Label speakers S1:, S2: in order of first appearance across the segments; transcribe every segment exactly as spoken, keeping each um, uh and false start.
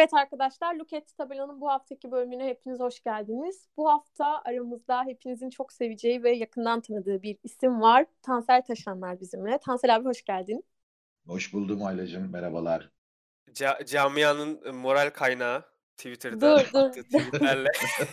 S1: Evet arkadaşlar, Look at Tabela'nın bu haftaki bölümüne hepiniz hoş geldiniz. Bu hafta aramızda hepinizin çok seveceği ve yakından tanıdığı bir isim var. Tansel Taşanlar bizimle. Tansel abi hoş geldin.
S2: Hoş buldum Aylacığım. Merhabalar.
S3: Ca- camianın e, moral kaynağı Twitter'da
S1: Dur dur.
S3: attığı tweetlerle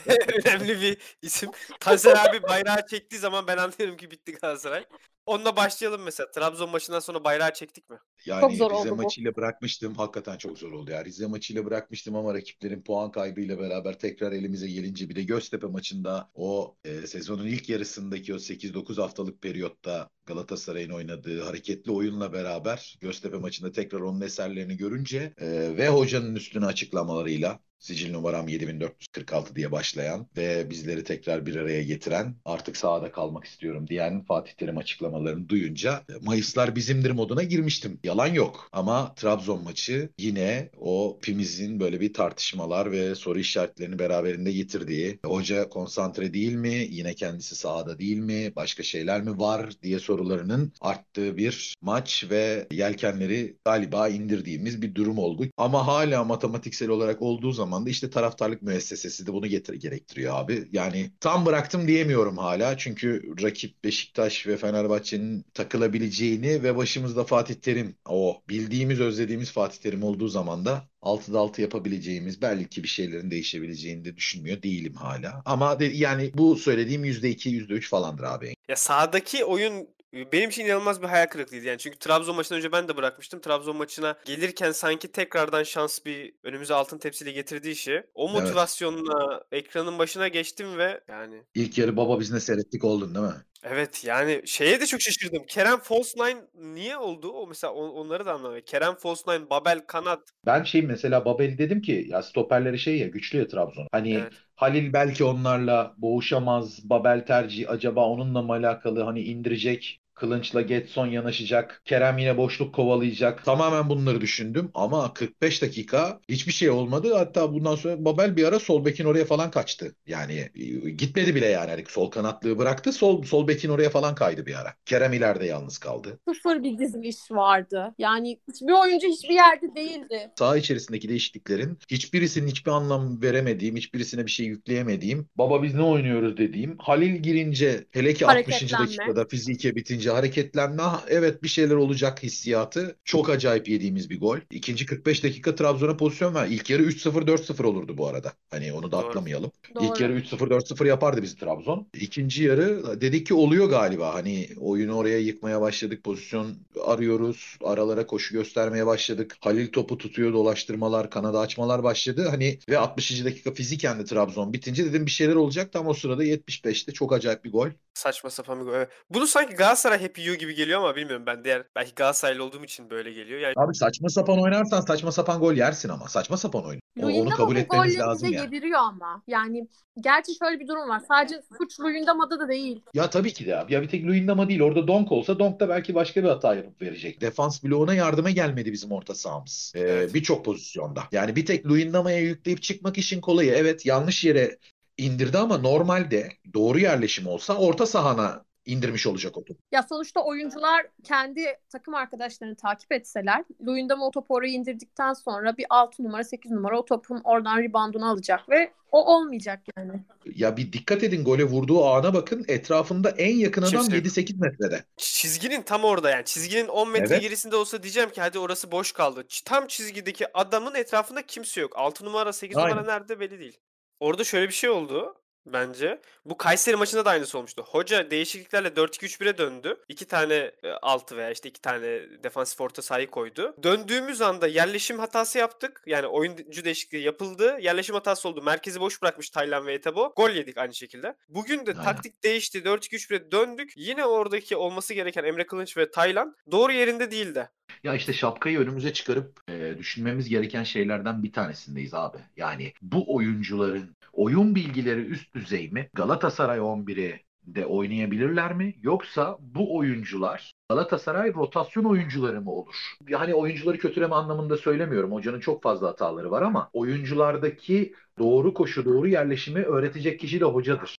S3: önemli bir isim. Tansel abi bayrağı çektiği zaman ben anlıyorum ki bitti Galatasaray. Onunla başlayalım mesela. Trabzon maçından sonra bayrağı çektik mi?
S1: Çok
S2: Yani
S1: zor
S2: Rize
S1: oldu bu.
S2: maçıyla bırakmıştım. Hakikaten çok zor oldu ya. Rize maçıyla bırakmıştım ama rakiplerin puan kaybıyla beraber tekrar elimize gelince bir de Göztepe maçında o e, sezonun ilk yarısındaki o sekiz dokuz haftalık periyotta Galatasaray'ın oynadığı hareketli oyunla beraber Göztepe maçında tekrar onun eserlerini görünce e, ve hocanın üstüne açıklamalarıyla sicil numaram yedi bin dört yüz kırk altı diye başlayan ve bizleri tekrar bir araya getiren, artık sahada kalmak istiyorum diyen Fatih Terim açıklamalarını duyunca e, Mayıslar bizimdir moduna girmiştim. Yalan yok. Ama Trabzon maçı yine o hepimizin böyle bir tartışmalar ve soru işaretlerini beraberinde getirdiği, hoca konsantre değil mi, yine kendisi sahada değil mi, başka şeyler mi var diye sorularının arttığı bir maç ve yelkenleri galiba indirdiğimiz bir durum oldu. Ama hala matematiksel olarak olduğu zaman da işte taraftarlık müessesesi de bunu getir gerektiriyor abi. Yani tam bıraktım diyemiyorum hala. Çünkü rakip Beşiktaş ve Fenerbahçe'nin takılabileceğini ve başımızda Fatih Terim, o bildiğimiz, özlediğimiz Fatih Terim olduğu zaman da altıda altı yapabileceğimiz, belki bir şeylerin değişebileceğini de düşünmüyor değilim hala. Ama de, yani bu söylediğim yüzde iki, yüzde üç falandır abi.
S3: Ya sahadaki oyun benim için inanılmaz bir hayal kırıklığıydı yani. Çünkü Trabzon maçından önce ben de bırakmıştım. Trabzon maçına gelirken sanki tekrardan şans bir önümüze altın tepsiyle getirdiği işi. O
S2: Evet.
S3: motivasyonla ekranın başına geçtim ve yani
S2: İlk yarı baba biz ne seyrettik oldun değil mi?
S3: evet yani şeye de çok şaşırdım. Kerem False Nine niye oldu? O mesela on- onları da anlamıyorum. Kerem False Nine, Babel kanat.
S2: Ben şey mesela Babel dedim ki ya stoperleri şey ya, güçlü ya Trabzon. Hani
S3: Evet.
S2: Halil belki onlarla boğuşamaz. Babel tercihi acaba onunla mı alakalı, hani indirecek. Kılınç'la Getson yanaşacak. Kerem yine boşluk kovalayacak. Tamamen bunları düşündüm ama kırk beş dakika hiçbir şey olmadı. Hatta bundan sonra Babel bir ara sol bekin oraya falan kaçtı. Yani e, gitmedi bile yani. Hani sol kanatlığı bıraktı. Sol sol bekin oraya falan kaydı bir ara. Kerem ileride yalnız kaldı.
S1: Sıfır bir diziliş vardı. Yani hiçbir oyuncu hiçbir yerde değildi.
S2: Saha içerisindeki değişikliklerin hiçbirisinin hiçbir anlam veremediğim, hiçbirisine bir şey yükleyemediğim, baba biz ne oynuyoruz dediğim, Halil girince, hele ki altmışıncı
S1: Hareketlenme.
S2: dakikada fizike bitince hareketlenme, "Ah, evet bir şeyler olacak" hissiyatı, çok acayip yediğimiz bir gol. İkinci kırk beş dakika Trabzon'a pozisyon ver. İlk yarı üç sıfır dört sıfır olurdu bu arada. Hani onu da
S3: Doğru.
S2: atlamayalım. İlk
S1: Doğru.
S2: yarı üç sıfır dört sıfır yapardı bizi Trabzon. İkinci yarı dedik ki oluyor galiba. Hani oyunu oraya yıkmaya başladık. Pozisyon arıyoruz. Aralara koşu göstermeye başladık. Halil topu tutuyor, dolaştırmalar, kanada açmalar başladı. Hani ve altmışıncı dakika fiziken de Trabzon bitince dedim bir şeyler olacak. Tam o sırada yetmiş beşte çok acayip bir gol.
S3: Saçma sapan bir gol. Evet. Bunu sanki Galatasaray hep yiyor gibi geliyor ama bilmiyorum, ben diğer belki Galatasaraylı olduğum için böyle geliyor. Yani
S2: Abi saçma sapan oynarsan saçma sapan gol yersin ama. Saçma sapan oyun. O- onu
S1: Luyendama
S2: kabul
S1: bu
S2: etmemiz
S1: golleri bize
S2: lazım yani.
S1: yediriyor ama. Yani gerçi şöyle bir durum var. Sadece suç Luyendama'da da değil.
S2: Ya tabii ki de abi. Ya bir tek Luyendama değil. Orada Donk olsa Donk da belki başka bir hata yapıp verecek. Defans bloğuna yardıma gelmedi bizim orta sahamız. Ee,
S3: evet.
S2: birçok pozisyonda. Yani bir tek Luyendama'ya yükleyip çıkmak işin kolayı. Evet, yanlış yere indirdi ama normalde doğru yerleşim olsa orta sahana indirmiş olacak o topu.
S1: Ya sonuçta oyuncular kendi takım arkadaşlarını takip etseler, Luyendama o topu oraya indirdikten sonra bir altı numara sekiz numara o topun oradan reboundunu alacak ve o olmayacak yani.
S2: Ya bir dikkat edin, gole vurduğu ana bakın. Etrafında en yakın adam
S3: Kimse
S2: yedi
S3: yok.
S2: sekiz metrede.
S3: Çizginin tam orada yani. Çizginin on metre
S2: Evet.
S3: gerisinde olsa diyeceğim ki hadi orası boş kaldı. Ç- Tam çizgideki adamın etrafında kimse yok. altı numara sekiz numara
S2: Aynen.
S3: nerede belli değil. Orada şöyle bir şey oldu bence. Bu Kayseri maçında da aynısı olmuştu. Hoca değişikliklerle dört iki üç bire döndü. İki tane e, altı veya işte iki tane defansif orta sahayı koydu. Döndüğümüz anda yerleşim hatası yaptık. Yani oyuncu değişikliği yapıldı. Yerleşim hatası oldu. Merkezi boş bırakmış Taylan ve Etebo. Gol yedik aynı şekilde. Bugün de
S2: Aynen.
S3: taktik değişti. dört iki üç bire döndük. Yine oradaki olması gereken Emre Kılınç ve Taylan doğru yerinde değildi.
S2: Ya işte şapkayı önümüze çıkarıp e, düşünmemiz gereken şeylerden bir tanesindeyiz abi. Yani bu oyuncuların oyun bilgileri üst düzey mi? Galatasaray on biri de oynayabilirler mi? Yoksa bu oyuncular Galatasaray rotasyon oyuncuları mı olur? Yani oyuncuları kötüleme anlamında söylemiyorum. Hocanın çok fazla hataları var ama oyunculardaki doğru koşu, doğru yerleşimi öğretecek kişi de hocadır.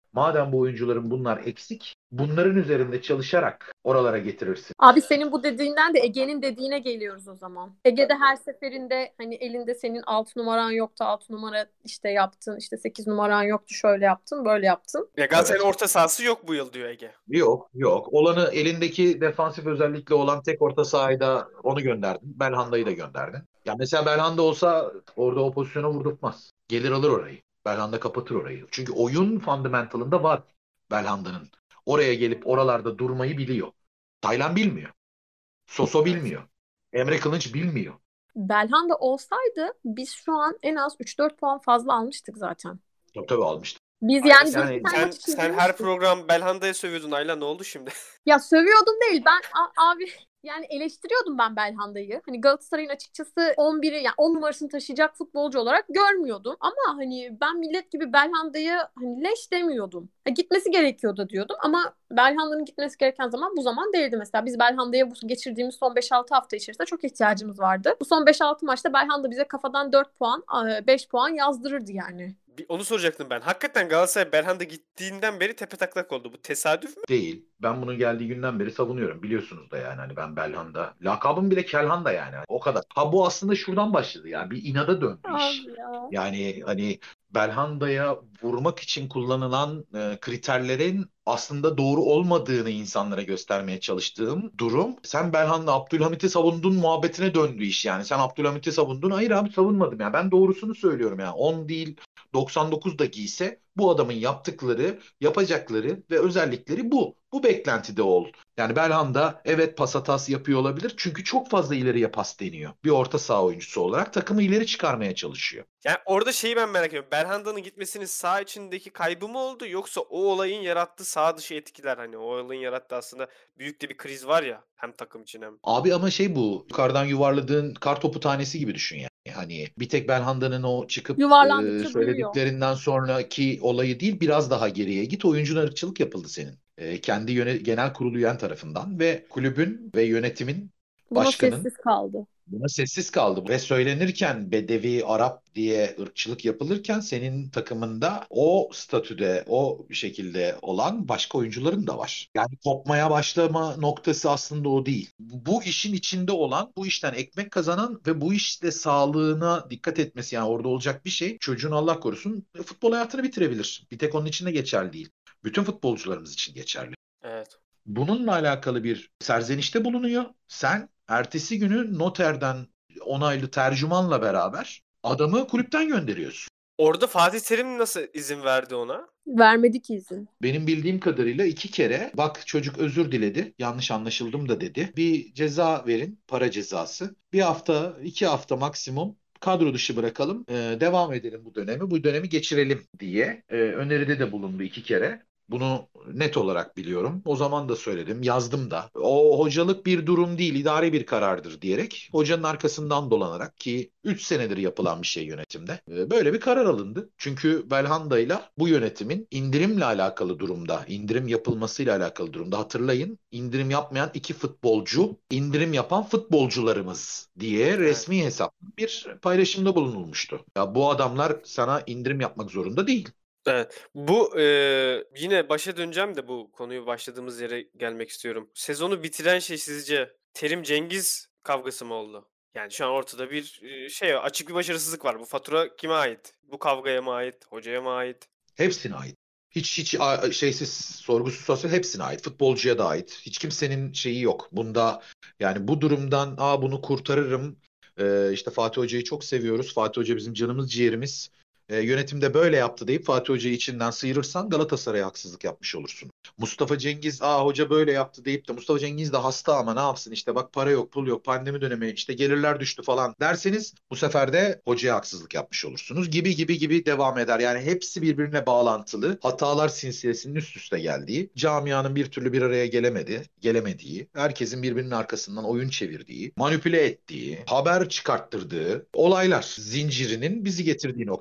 S2: Madem bu oyuncuların bunlar eksik, bunların üzerinde çalışarak oralara getirirsin.
S1: Abi senin bu dediğinden de Ege'nin dediğine geliyoruz o zaman. Ege'de her seferinde hani elinde senin altı numaran yoktu, altı numara işte yaptın, işte sekiz numaran yoktu, şöyle yaptın, böyle yaptın.
S3: Ya Galatasaray'ın
S2: Evet.
S3: orta sahası yok bu yıl diyor Ege.
S2: Yok, yok. Olanı elindeki defansif özellikle olan tek orta sahada onu gönderdin. Belhanda'yı da gönderdin. Ya mesela Belhanda olsa orada o pozisyona vurdurtmaz. Gelir alır orayı. Belhanda kapatır orayı. Çünkü oyun fundamentalında var Belhanda'nın. Oraya gelip oralarda durmayı biliyor. Taylan bilmiyor. Soso
S3: Evet.
S2: bilmiyor. Emre Kılınç bilmiyor.
S1: Belhanda olsaydı biz şu an en az üç dört puan fazla almıştık zaten.
S2: Tabii tabii almıştı.
S1: Biz
S3: Ayla
S1: yani
S3: sen
S1: bir iki
S2: Yani
S1: tane
S3: sen
S1: maçı
S3: sen her
S1: çevirmiştik.
S3: program Belhanda'ya sövüyordun Ayla, ne oldu şimdi?
S1: Ya sövüyordum değil. Ben a- abi yani eleştiriyordum ben Belhanda'yı. Hani Galatasaray'ın açıkçası on biri yani on numarasını taşıyacak futbolcu olarak görmüyordum. Ama hani ben millet gibi Belhanda'yı hani leş demiyordum. Ha, gitmesi gerekiyordu diyordum ama Belhanda'nın gitmesi gereken zaman bu zaman değildi mesela. Biz Belhanda'ya bu geçirdiğimiz son beş altı hafta içerisinde çok ihtiyacımız vardı. Bu son beş altı maçta Belhanda bize kafadan dört puan, beş puan yazdırırdı yani.
S3: Bir onu soracaktım ben. Hakikaten Galatasaray Belhanda gittiğinden beri tepetaklak oldu. Bu tesadüf mü?
S2: değil. Ben bunun geldiği günden beri savunuyorum. Biliyorsunuz da yani hani ben Belhanda. Lakabım bile Kelhanda yani. O kadar. Ha bu aslında şuradan başladı yani. Bir inada döndü iş.
S1: Abi ya.
S2: Yani hani Belhanda'ya vurmak için kullanılan e, kriterlerin aslında doğru olmadığını insanlara göstermeye çalıştığım durum. Sen Belhanda Abdülhamit'i savundun muhabbetine döndü iş yani. Sen Abdülhamit'i savundun. Hayır abi savunmadım yani. Ben doğrusunu söylüyorum yani. on değil doksan dokuz da giyse bu adamın yaptıkları, yapacakları ve özellikleri bu. Bu beklentide ol. Yani Belhanda evet pas hatası yapıyor olabilir. Çünkü çok fazla ileriye pas deniyor. Bir orta saha oyuncusu olarak takımı ileri çıkarmaya çalışıyor.
S3: Yani orada şeyi ben merak ediyorum. Belhanda'nın gitmesinin saha içindeki kaybı mı oldu, yoksa o olayın yarattığı saha dışı etkiler, hani o olayın yarattığı aslında büyük de bir kriz var ya, hem takım için hem.
S2: Abi ama şey bu yukarıdan yuvarladığın kar topu tanesi gibi düşün yani. Hani bir tek Belhanda'nın o çıkıp e,
S1: Yuvarlandıkça büyüyor.
S2: söylediklerinden sonraki olayı değil biraz daha geriye git. Oyuncuna ırkçılık yapıldı senin. E, kendi yöne, genel kurulu üyen tarafından ve kulübün ve yönetimin
S1: Buna
S2: başkanın
S1: sessiz kaldı.
S2: buna sessiz kaldı. Ve söylenirken Bedevi, Arap diye ırkçılık yapılırken senin takımında o statüde, o şekilde olan başka oyuncuların da var. Yani kopmaya başlama noktası aslında o değil. Bu işin içinde olan, bu işten ekmek kazanan ve bu işte sağlığına dikkat etmesi yani orada olacak bir şey. Çocuğun Allah korusun futbol hayatını bitirebilir. Bir tek onun için de geçerli değil. Bütün futbolcularımız için geçerli.
S3: Evet.
S2: Bununla alakalı bir serzenişte bulunuyor. Sen ertesi günü noterden onaylı tercümanla beraber adamı kulüpten gönderiyorsun.
S3: Orada Fatih Terim nasıl izin verdi ona?
S1: Vermedik izin.
S2: Benim bildiğim kadarıyla iki kere bak çocuk özür diledi, yanlış anlaşıldım da dedi. Bir ceza verin, para cezası. Bir hafta, iki hafta maksimum kadro dışı bırakalım, e, devam edelim bu dönemi, bu dönemi geçirelim diye e, öneride de bulundu iki kere. Bunu net olarak biliyorum. O zaman da söyledim, yazdım da. O hocalık bir durum değil, idari bir karardır diyerek hocanın arkasından dolanarak ki üç senedir yapılan bir şey yönetimde. e, Böyle bir karar alındı. Çünkü Belhanda'yla bu yönetimin indirimle alakalı durumda, indirim yapılmasıyla alakalı durumda. Hatırlayın, indirim yapmayan iki futbolcu, indirim yapan futbolcularımız diye
S3: Evet.
S2: resmi hesap bir paylaşımda bulunulmuştu. Ya bu adamlar sana indirim yapmak zorunda değil.
S3: Evet. Bu eee, yine başa döneceğim de bu konuyu başladığımız yere gelmek istiyorum. Sezonu bitiren şey sizce Terim Cengiz kavgası mı oldu? Yani şu an ortada bir eee, şey var, açık bir başarısızlık var. Bu fatura kime ait? Bu kavgaya mı ait? Hocaya mı ait?
S2: Hepsine ait. Hiç hiç a- şeysiz, sorgusuz sosyal hepsine ait. Futbolcuya da ait. Hiç kimsenin şeyi yok. Bunda yani bu durumdan aa bunu kurtarırım. Ee, işte Fatih Hoca'yı çok seviyoruz. Fatih Hoca bizim canımız ciğerimiz. Ee, yönetimde böyle yaptı deyip Fatih Hoca'yı içinden sıyırırsan Galatasaray'a haksızlık yapmış olursun. Mustafa Cengiz aa hoca böyle yaptı deyip de Mustafa Cengiz de hasta ama ne yapsın işte bak para yok pul yok pandemi dönemi işte gelirler düştü falan derseniz bu sefer de hocaya haksızlık yapmış olursunuz gibi gibi gibi devam eder. Yani hepsi birbirine bağlantılı hatalar silsilesinin üst üste geldiği camianın bir türlü bir araya gelemedi, gelemediği herkesin birbirinin arkasından oyun çevirdiği manipüle ettiği haber çıkarttırdığı olaylar zincirinin bizi getirdiği nokta bu.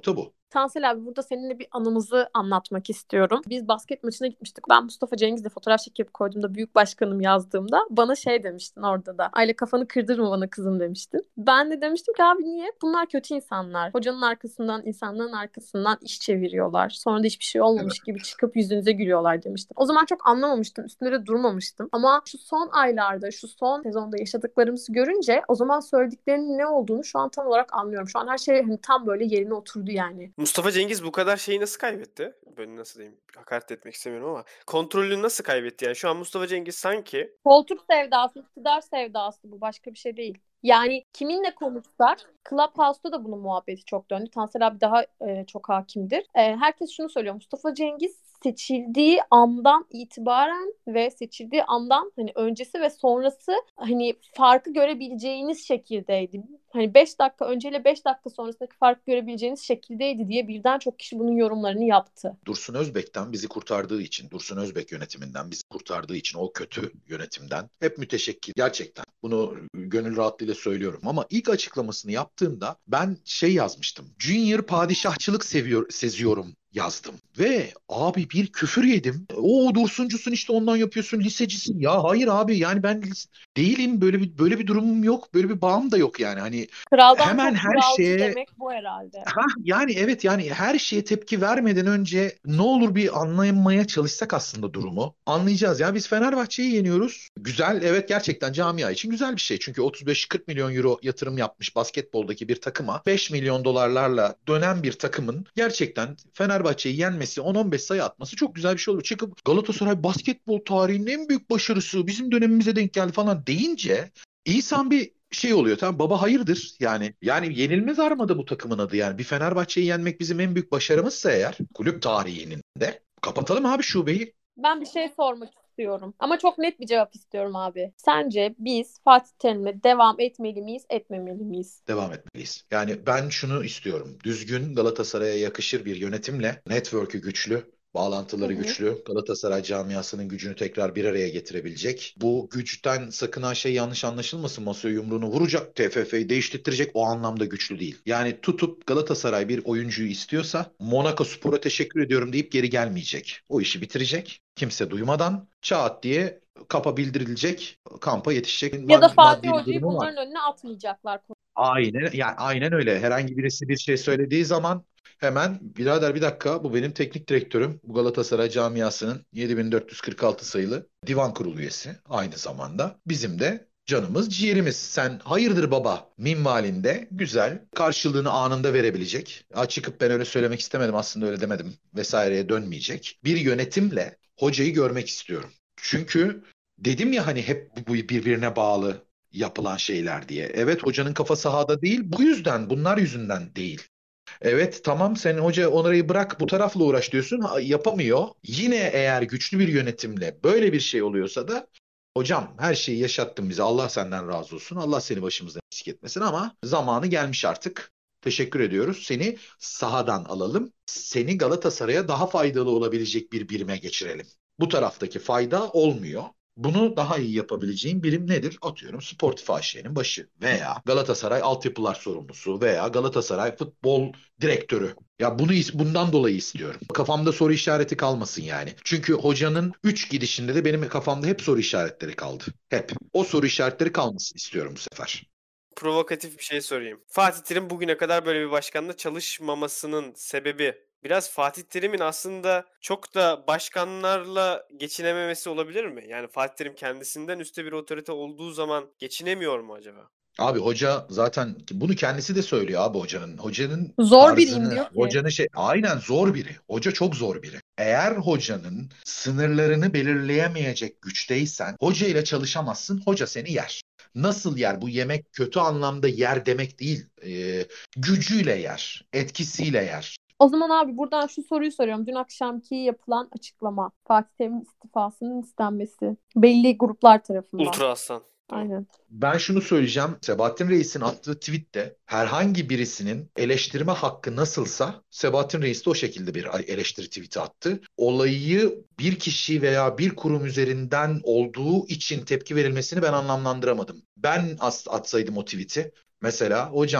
S1: Tansel abi, burada seninle bir anımızı anlatmak istiyorum. Biz basket maçına gitmiştik. Ben Mustafa Cengiz'le fotoğraf çekip koyduğumda, büyük başkanım yazdığımda bana şey demiştin orada da. Ayla, kafanı kırdırma bana kızım demiştin. Ben de demiştim ki abi niye? Bunlar kötü insanlar. Hocanın arkasından, insanların arkasından iş çeviriyorlar. Sonra da hiçbir şey olmamış
S2: Evet.
S1: gibi çıkıp yüzünüze gülüyorlar demiştim. O zaman çok anlamamıştım. Üstünde de durmamıştım. Ama şu son aylarda, şu son sezonda yaşadıklarımızı görünce o zaman söylediklerinin ne olduğunu şu an tam olarak anlıyorum. Şu an her şey hani tam böyle yerine oturdu yani.
S3: Mustafa Cengiz bu kadar şeyi nasıl kaybetti? Böyle nasıl diyeyim? Hakaret etmek istemiyorum ama kontrolünü nasıl kaybetti yani? Şu an Mustafa Cengiz sanki
S1: Koltuk sevdası, iktidar sevdası, bu başka bir şey değil. Yani kiminle konuşsak, Clubhouse'da da bunun muhabbeti çok döndü. Tansel abi daha e, çok hakimdir. E, herkes şunu söylüyor. Mustafa Cengiz seçildiği andan itibaren ve seçildiği andan hani öncesi ve sonrası hani farkı görebileceğiniz şekildeydi. Hani beş dakika önceyle beş dakika sonrasındaki farkı görebileceğiniz şekildeydi diye birden çok kişi bunun yorumlarını yaptı.
S2: Dursun Özbek'ten bizi kurtardığı için, Dursun Özbek yönetiminden bizi kurtardığı için, o kötü yönetimden hep müteşekkir. Gerçekten bunu gönül rahatlığıyla söylüyorum. Ama ilk açıklamasını yaptığında ben şey yazmıştım. Junior padişahçılık seviyor, seziyorum yazdım. Ve abi bir küfür yedim. O Dursuncusun işte, ondan yapıyorsun, lisecisin. Ya hayır abi, yani ben lise- değilim, böyle bir böyle bir durumum yok. Böyle bir bağım da yok yani. Hani
S1: Kraldan
S2: hemen
S1: çok
S2: her
S1: kralcı
S2: şeye
S1: demek bu herhalde.
S2: Ha, yani evet, yani her şeye tepki vermeden önce ne olur bir anlamaya çalışsak aslında durumu. Anlayacağız. Yani biz Fenerbahçe'yi yeniyoruz. Güzel, evet, gerçekten camia için güzel bir şey. Çünkü otuz beş kırk milyon euro yatırım yapmış basketboldaki bir takıma beş milyon dolarlarla dönen bir takımın gerçekten Fenerbahçe'yi yenmesi, on on beş sayı atması çok güzel bir şey olur. Çıkıp Galatasaray basketbol tarihinin en büyük başarısı bizim dönemimize denk geldi falan deyince İnsan bir şey oluyor. Tamam baba, hayırdır yani. Yani yenilmez armada bu takımın adı yani. Bir Fenerbahçe'yi yenmek bizim en büyük başarımızsa eğer, kulüp tarihinin de, kapatalım abi şubeyi.
S1: Ben bir şey sormak istiyorum. Ama çok net bir cevap istiyorum abi. Sence biz Fatih Terim'le devam etmeli miyiz, etmemeli miyiz?
S2: Devam etmeliyiz. Yani ben şunu istiyorum. Düzgün, Galatasaray'a yakışır bir yönetimle, network'ü güçlü,
S1: Hı
S2: bağlantıları
S1: hı.
S2: güçlü, Galatasaray camiasının gücünü tekrar bir araya getirebilecek. Bu güçten sakınan şey yanlış anlaşılmasın. Masaya yumruğunu vuracak, T F F'yi değiştirecek, o anlamda güçlü değil. Yani tutup Galatasaray bir oyuncuyu istiyorsa Monaco Spor'a teşekkür ediyorum deyip geri gelmeyecek. O işi bitirecek. Kimse duymadan çat diye kapa bildirilecek, kampa yetişecek
S1: Ya da
S2: mad-
S1: Fatih
S2: maddi bir
S1: Hoca'yı
S2: durumu var.
S1: bunların önüne atmayacaklar.
S2: Aynen, yani aynen öyle. Herhangi birisi bir şey söylediği zaman hemen birader bir dakika, bu benim teknik direktörüm. Bu Galatasaray camiasının yedi bin dört yüz kırk altı sayılı divan kurulu üyesi. Aynı zamanda bizim de canımız ciğerimiz. Sen hayırdır baba minvalinde güzel karşılığını anında verebilecek. Ha, çıkıp ben öyle söylemek istemedim, aslında öyle demedim vesaireye dönmeyecek bir yönetimle hocayı görmek istiyorum. Çünkü dedim ya hani hep bu birbirine bağlı yapılan şeyler diye. Evet, hocanın kafa sahada değil. Bu yüzden, bunlar yüzünden değil. Evet tamam, sen hoca onarayı bırak bu tarafla uğraş diyorsun. Ha, yapamıyor. Yine eğer güçlü bir yönetimle böyle bir şey oluyorsa da hocam her şeyi yaşattın bize. Allah senden razı olsun. Allah seni başımızdan eksik etmesin ama zamanı gelmiş artık. Teşekkür ediyoruz. Seni sahadan alalım. Seni Galatasaray'a daha faydalı olabilecek bir birime geçirelim. Bu taraftaki fayda olmuyor. Bunu daha iyi yapabileceğim birim nedir? Atıyorum Sportif A Ş'nin başı veya Galatasaray altyapılar sorumlusu veya Galatasaray futbol direktörü. Ya bunu bundan dolayı istiyorum. Kafamda soru işareti kalmasın yani. Çünkü hocanın üç gidişinde de benim kafamda hep soru işaretleri kaldı. Hep. O soru işaretleri kalmasın istiyorum bu sefer.
S3: Provokatif bir şey sorayım. Fatih Terim bugüne kadar böyle bir başkanla çalışmamasının sebebi biraz Fatih Terim'in aslında çok da başkanlarla geçinememesi olabilir mi? Yani Fatih Terim kendisinden üstte bir otorite olduğu zaman geçinemiyor mu acaba?
S2: Abi hoca zaten bunu kendisi de söylüyor abi hocanın. Hocanın
S1: Zor biriyim
S2: tarzını,
S1: diyor ki.
S2: hocanın şey aynen zor biri. Hoca çok zor biri. Eğer hocanın sınırlarını belirleyemeyecek güçteysen hoca ile çalışamazsın. Hoca seni yer. Nasıl yer? Bu yemek kötü anlamda yer demek değil. Ee, gücüyle yer, etkisiyle yer.
S1: O zaman abi buradan şu soruyu soruyorum. Dün akşamki yapılan açıklama. Fatih Terim'in istifasının istenmesi. Belli gruplar tarafından.
S3: Ultra Aslan.
S1: Aynen.
S2: Ben şunu söyleyeceğim. Sebahattin Reis'in attığı tweette herhangi birisinin eleştirme hakkı nasılsa Sebahattin Reis de o şekilde bir eleştiri tweeti attı. Olayı bir kişi veya bir kurum üzerinden olduğu için tepki verilmesini ben anlamlandıramadım. Ben as- atsaydım o tweeti mesela, hocam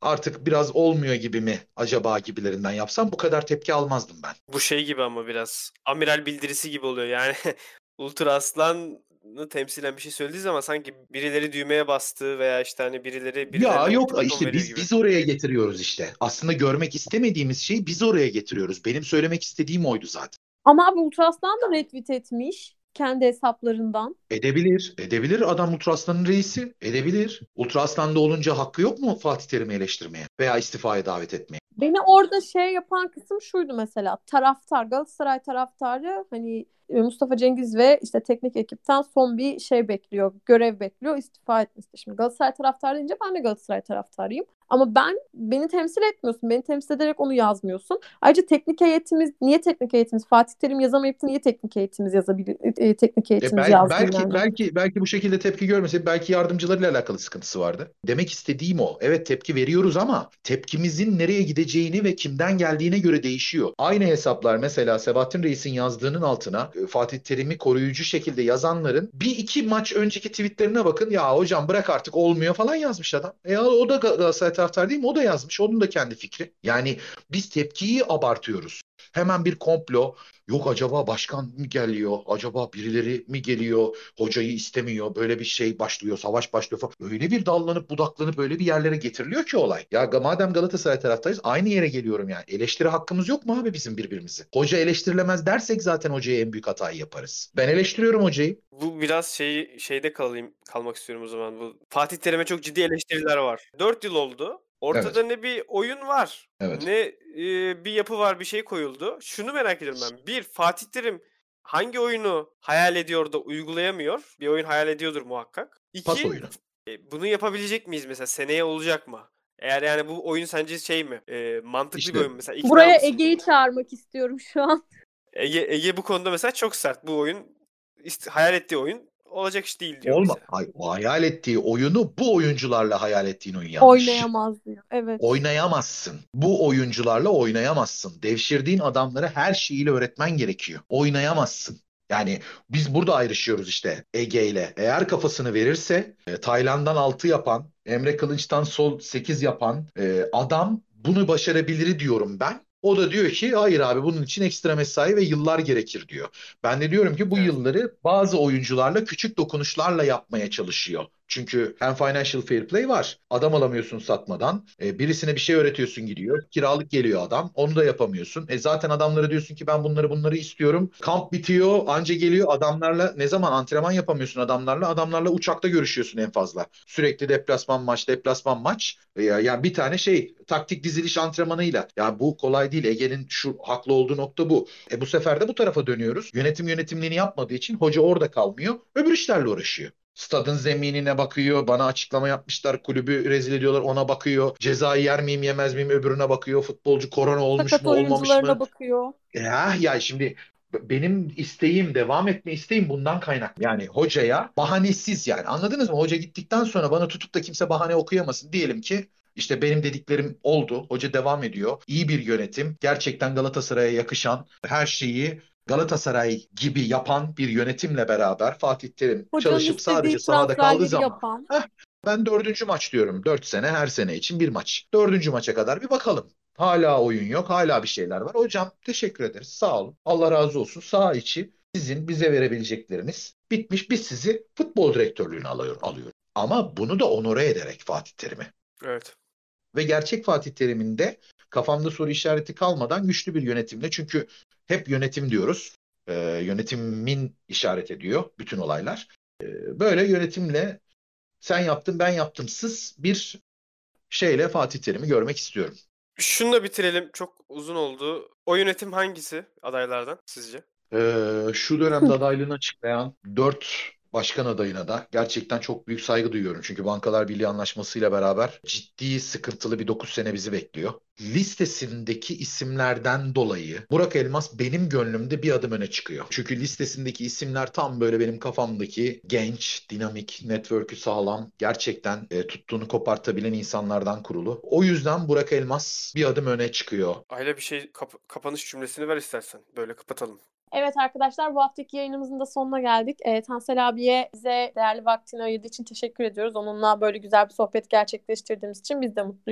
S2: artık biraz olmuyor gibi mi acaba gibilerinden yapsam bu kadar tepki almazdım ben.
S3: Bu şey gibi ama biraz amiral bildirisi gibi oluyor yani. Ultra Aslan'ı temsilen bir şey söylediği zaman sanki birileri düğmeye bastı veya işte hani birileri
S2: Ya
S3: birilerine
S2: yok
S3: ultimatom
S2: işte
S3: veriyor
S2: biz
S3: gibi.
S2: biz oraya getiriyoruz işte. Aslında görmek istemediğimiz şeyi biz oraya getiriyoruz. Benim söylemek istediğim oydu zaten.
S1: Ama abi Ultra Aslan da retweet etmiş kendi hesaplarından.
S2: Edebilir. Edebilir. Adam Ultra Aslan'ın reisi. Edebilir. Ultra Aslan'da olunca hakkı yok mu Fatih Terim'i eleştirmeye veya istifaya davet etmeye?
S1: Beni orada şey yapan kısım şuydu mesela. Taraftar, Galatasaray taraftarı hani Mustafa Cengiz ve işte teknik ekipten son bir şey bekliyor, görev bekliyor, istifa etmesi. Şimdi Galatasaray taraftarı deyince ben de Galatasaray taraftarıyım. Ama ben beni temsil etmiyorsun. Beni temsil ederek onu yazmıyorsun. Ayrıca teknik heyetimiz, niye teknik heyetimiz? Fatih Terim yazamayıp da niye teknik heyetimiz yazabilir? E, teknik
S2: E
S1: heyetimiz
S2: bel-
S1: yazsın
S2: belki
S1: yani.
S2: belki belki bu şekilde tepki görmese belki yardımcılarıyla alakalı sıkıntısı vardı. Demek istediğim o. Evet tepki veriyoruz ama tepkimizin nereye gideceğini ve kimden geldiğine göre değişiyor. Aynı hesaplar mesela Sebahattin Reis'in yazdığının altına e, Fatih Terim'i koruyucu şekilde yazanların bir iki maç önceki tweetlerine bakın. Ya hocam bırak artık olmuyor falan yazmış adam. E o da Galatasaray taraftarı değil mi? O da yazmış. Onun da kendi fikri. Yani biz tepkiyi abartıyoruz. Hemen bir komplo. Yok acaba başkan mı geliyor? Acaba birileri mi geliyor? Hocayı istemiyor. Böyle bir şey başlıyor. Savaş başlıyor falan. Öyle bir dallanıp budaklanıp öyle bir yerlere getiriliyor ki olay. Ya madem Galatasaray taraftayız aynı yere geliyorum yani. Eleştiri hakkımız yok mu abi bizim birbirimizi? Hoca eleştirilemez dersek zaten hocaya en büyük hatayı yaparız. Ben eleştiriyorum hocayı.
S3: Bu biraz şey şeyde kalayım kalmak istiyorum o zaman. Bu Fatih Terim'e çok ciddi eleştiriler var. dört yıl oldu. Ortada
S2: Evet.
S3: ne bir oyun var,
S2: Evet.
S3: ne e, bir yapı var, bir şey koyuldu. Şunu merak ediyorum ben. Bir, Fatih Terim hangi oyunu hayal ediyor da uygulayamıyor? Bir oyun hayal ediyordur muhakkak.
S2: Pas
S3: İki,
S2: oyunu.
S3: e, bunu yapabilecek miyiz mesela? Seneye olacak mı? Eğer yani bu oyun sence şey mi? E, mantıklı bir
S2: İşte
S3: oyun mesela. İkna
S1: Buraya
S3: mısın
S1: Ege'yi
S3: buna?
S1: çağırmak istiyorum şu an.
S3: Ege, Ege bu konuda mesela çok sert. Bu oyun ist- hayal ettiği oyun olacak iş değil diyor
S2: olma.
S3: mesela.
S2: Ay, o hayal ettiği oyunu bu oyuncularla hayal ettiğin oyun yanlış.
S1: Oynayamaz diyor. Evet.
S2: Oynayamazsın. Bu oyuncularla oynayamazsın. Devşirdiğin adamlara her şeyiyle öğretmen gerekiyor. Oynayamazsın. Yani biz burada ayrışıyoruz işte Ege ile. Eğer kafasını verirse e, Tayland'dan altı yapan, Emre Kılınç'tan sol sekiz yapan e, adam bunu başarabilir diyorum ben. O da diyor ki hayır abi bunun için ekstra mesai ve yıllar gerekir diyor. Ben de diyorum ki bu
S3: Evet.
S2: yılları bazı oyuncularla küçük dokunuşlarla yapmaya çalışıyor. Çünkü hem financial fair play var. Adam alamıyorsun satmadan. E, birisine bir şey öğretiyorsun gidiyor. Kiralık geliyor adam. Onu da yapamıyorsun. E zaten adamlara diyorsun ki ben bunları bunları istiyorum. Kamp bitiyor. Anca geliyor adamlarla. Ne zaman antrenman yapamıyorsun adamlarla? Adamlarla uçakta görüşüyorsun en fazla. Sürekli deplasman maç, deplasman maç. E, yani bir tane şey taktik diziliş antrenmanıyla. Ya bu kolay değil. Ege'nin şu haklı olduğu nokta bu. E bu sefer de bu tarafa dönüyoruz. Yönetim yönetimliğini yapmadığı için hoca orada kalmıyor. Öbür işlerle uğraşıyor. Stadın zeminine bakıyor. Bana açıklama yapmışlar. Kulübü rezil ediyorlar. Ona bakıyor. Cezayı yer miyim yemez miyim öbürüne bakıyor. Futbolcu korona olmuş
S1: Sakat
S2: mu olmamış
S1: oyuncularına
S2: mı?
S1: bakıyor.
S2: Ya, ya şimdi benim isteğim devam etme isteğim bundan kaynaklı. Yani hocaya bahanesiz yani anladınız mı? Hoca gittikten sonra bana tutup da kimse bahane okuyamasın. Diyelim ki işte benim dediklerim oldu. Hoca devam ediyor. İyi bir yönetim. Gerçekten Galatasaray'a yakışan her şeyi Galatasaray gibi yapan bir yönetimle beraber Fatih Terim
S1: Hocanın
S2: çalışıp sadece
S1: istediği
S2: sahada kaldığı
S1: transferleri
S2: zaman
S1: yapan.
S2: heh, ben dördüncü maç diyorum. Dört sene her sene için bir maç. Dördüncü maça kadar bir bakalım. Hala oyun yok, hala bir şeyler var. Hocam teşekkür ederiz, sağ olun. Allah razı olsun. Saha içi sizin bize verebilecekleriniz bitmiş. Biz sizi futbol direktörlüğüne alıyor, alıyoruz. Ama bunu da onore ederek Fatih Terim'i.
S3: Evet.
S2: Ve gerçek Fatih Terim'in de kafamda soru işareti kalmadan güçlü bir yönetimle. Çünkü hep yönetim diyoruz. Ee, yönetimin işaret ediyor bütün olaylar. Ee, böyle yönetimle sen yaptın ben yaptımsız bir şeyle Fatih Terim'i görmek istiyorum.
S3: Şunu da bitirelim. Çok uzun oldu. O yönetim hangisi adaylardan sizce?
S2: Ee, şu dönemde adaylığını açıklayan dört başkan adayına da gerçekten çok büyük saygı duyuyorum. Çünkü Bankalar Birliği anlaşmasıyla beraber ciddi sıkıntılı bir dokuz sene bizi bekliyor. Listesindeki isimlerden dolayı Burak Elmas benim gönlümde bir adım öne çıkıyor. Çünkü listesindeki isimler tam böyle benim kafamdaki genç, dinamik, network'ü sağlam, gerçekten e, tuttuğunu kopartabilen insanlardan kurulu. O yüzden Burak Elmas bir adım öne çıkıyor.
S3: Aile bir şey kap- kapanış cümlesini ver istersen. Böyle kapatalım.
S1: Evet arkadaşlar bu haftaki yayınımızın da sonuna geldik. E, Tansel abiye bize değerli vaktini ayırdığı için teşekkür ediyoruz. Onunla böyle güzel bir sohbet gerçekleştirdiğimiz için biz de mutluyuz.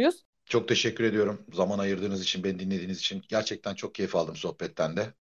S2: Çok teşekkür ediyorum zaman ayırdığınız için, beni dinlediğiniz için. Gerçekten çok keyif aldım sohbetten de.